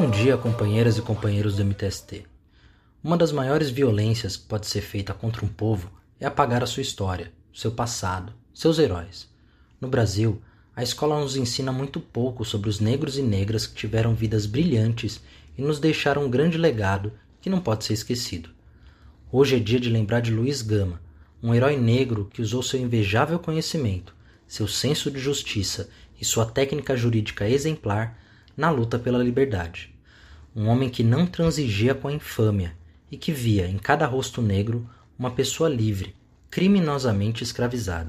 Bom dia, companheiras e companheiros do MTST. Uma das maiores violências que pode ser feita contra um povo é apagar a sua história, seu passado, seus heróis. No Brasil, a escola nos ensina muito pouco sobre os negros e negras que tiveram vidas brilhantes e nos deixaram um grande legado que não pode ser esquecido. Hoje é dia de lembrar de Luiz Gama, um herói negro que usou seu invejável conhecimento, seu senso de justiça e sua técnica jurídica exemplar na luta pela liberdade. Um homem que não transigia com a infâmia e que via em cada rosto negro uma pessoa livre, criminosamente escravizada.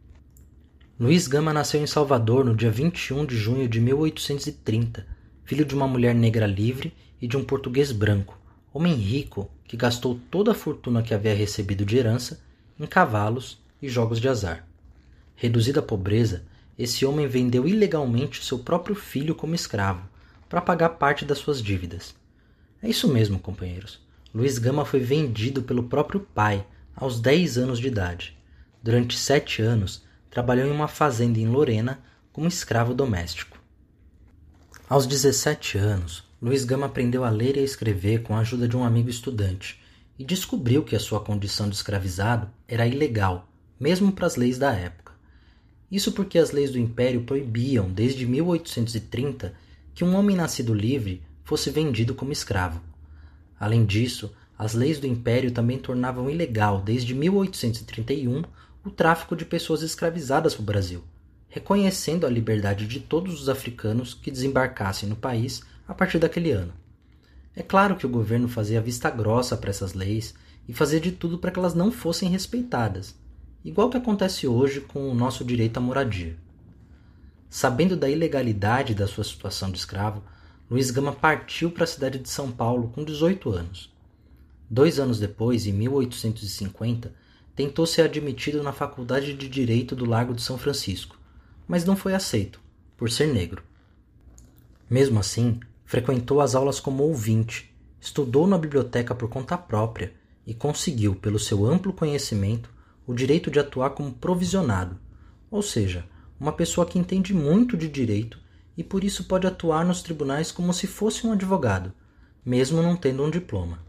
Luiz Gama nasceu em Salvador no dia 21 de junho de 1830, filho de uma mulher negra livre e de um português branco, homem rico que gastou toda a fortuna que havia recebido de herança em cavalos e jogos de azar. Reduzido à pobreza, esse homem vendeu ilegalmente seu próprio filho como escravo, para pagar parte das suas dívidas. É isso mesmo, companheiros. Luiz Gama foi vendido pelo próprio pai, aos 10 anos de idade. Durante 7 anos, trabalhou em uma fazenda em Lorena como escravo doméstico. Aos 17 anos, Luiz Gama aprendeu a ler e a escrever com a ajuda de um amigo estudante e descobriu que a sua condição de escravizado era ilegal, mesmo para as leis da época. Isso porque as leis do Império proibiam, desde 1830, que um homem nascido livre fosse vendido como escravo. Além disso, as leis do Império também tornavam ilegal, desde 1831, o tráfico de pessoas escravizadas para o Brasil, reconhecendo a liberdade de todos os africanos que desembarcassem no país a partir daquele ano. É claro que o governo fazia vista grossa para essas leis e fazia de tudo para que elas não fossem respeitadas, igual que acontece hoje com o nosso direito à moradia. Sabendo da ilegalidade da sua situação de escravo, Luiz Gama partiu para a cidade de São Paulo com 18 anos. 2 anos depois, em 1850, tentou ser admitido na Faculdade de Direito do Largo de São Francisco, mas não foi aceito, por ser negro. Mesmo assim, frequentou as aulas como ouvinte, estudou na biblioteca por conta própria e conseguiu, pelo seu amplo conhecimento, o direito de atuar como provisionado, ou seja, uma pessoa que entende muito de direito e por isso pode atuar nos tribunais como se fosse um advogado, mesmo não tendo um diploma.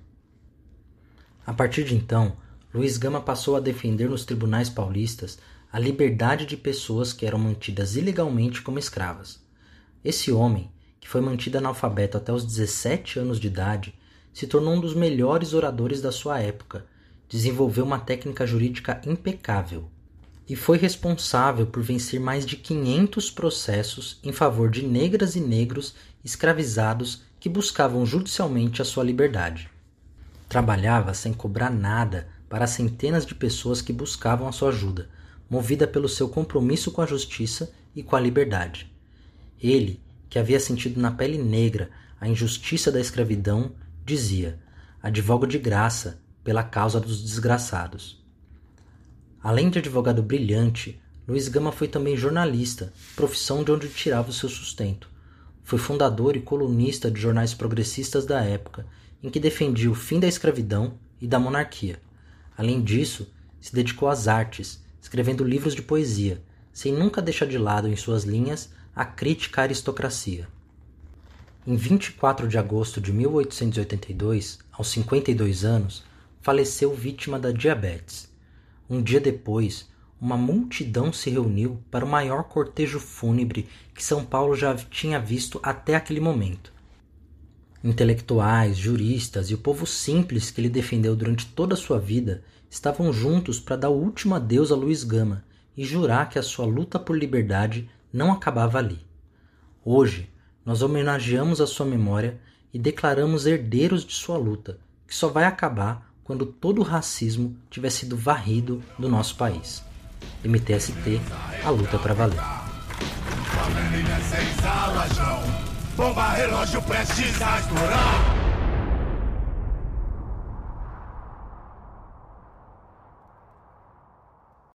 A partir de então, Luiz Gama passou a defender nos tribunais paulistas a liberdade de pessoas que eram mantidas ilegalmente como escravas. Esse homem, que foi mantido analfabeto até os 17 anos de idade, se tornou um dos melhores oradores da sua época, desenvolveu uma técnica jurídica impecável e foi responsável por vencer mais de 500 processos em favor de negras e negros escravizados que buscavam judicialmente a sua liberdade. Trabalhava sem cobrar nada para as centenas de pessoas que buscavam a sua ajuda, movida pelo seu compromisso com a justiça e com a liberdade. Ele, que havia sentido na pele negra a injustiça da escravidão, dizia: "Advogo de graça pela causa dos desgraçados." Além de advogado brilhante, Luiz Gama foi também jornalista, profissão de onde tirava o seu sustento. Foi fundador e colunista de jornais progressistas da época, em que defendia o fim da escravidão e da monarquia. Além disso, se dedicou às artes, escrevendo livros de poesia, sem nunca deixar de lado em suas linhas a crítica à aristocracia. Em 24 de agosto de 1882, aos 52 anos, faleceu vítima da diabetes. Um dia depois, uma multidão se reuniu para o maior cortejo fúnebre que São Paulo já tinha visto até aquele momento. Intelectuais, juristas e o povo simples que ele defendeu durante toda a sua vida estavam juntos para dar o último adeus a Luiz Gama e jurar que a sua luta por liberdade não acabava ali. Hoje, nós homenageamos a sua memória e declaramos herdeiros de sua luta, que só vai acabar quando todo o racismo tiver sido varrido do nosso país. MTST, a luta é pra valer. Bomba relógio prestes a estourar.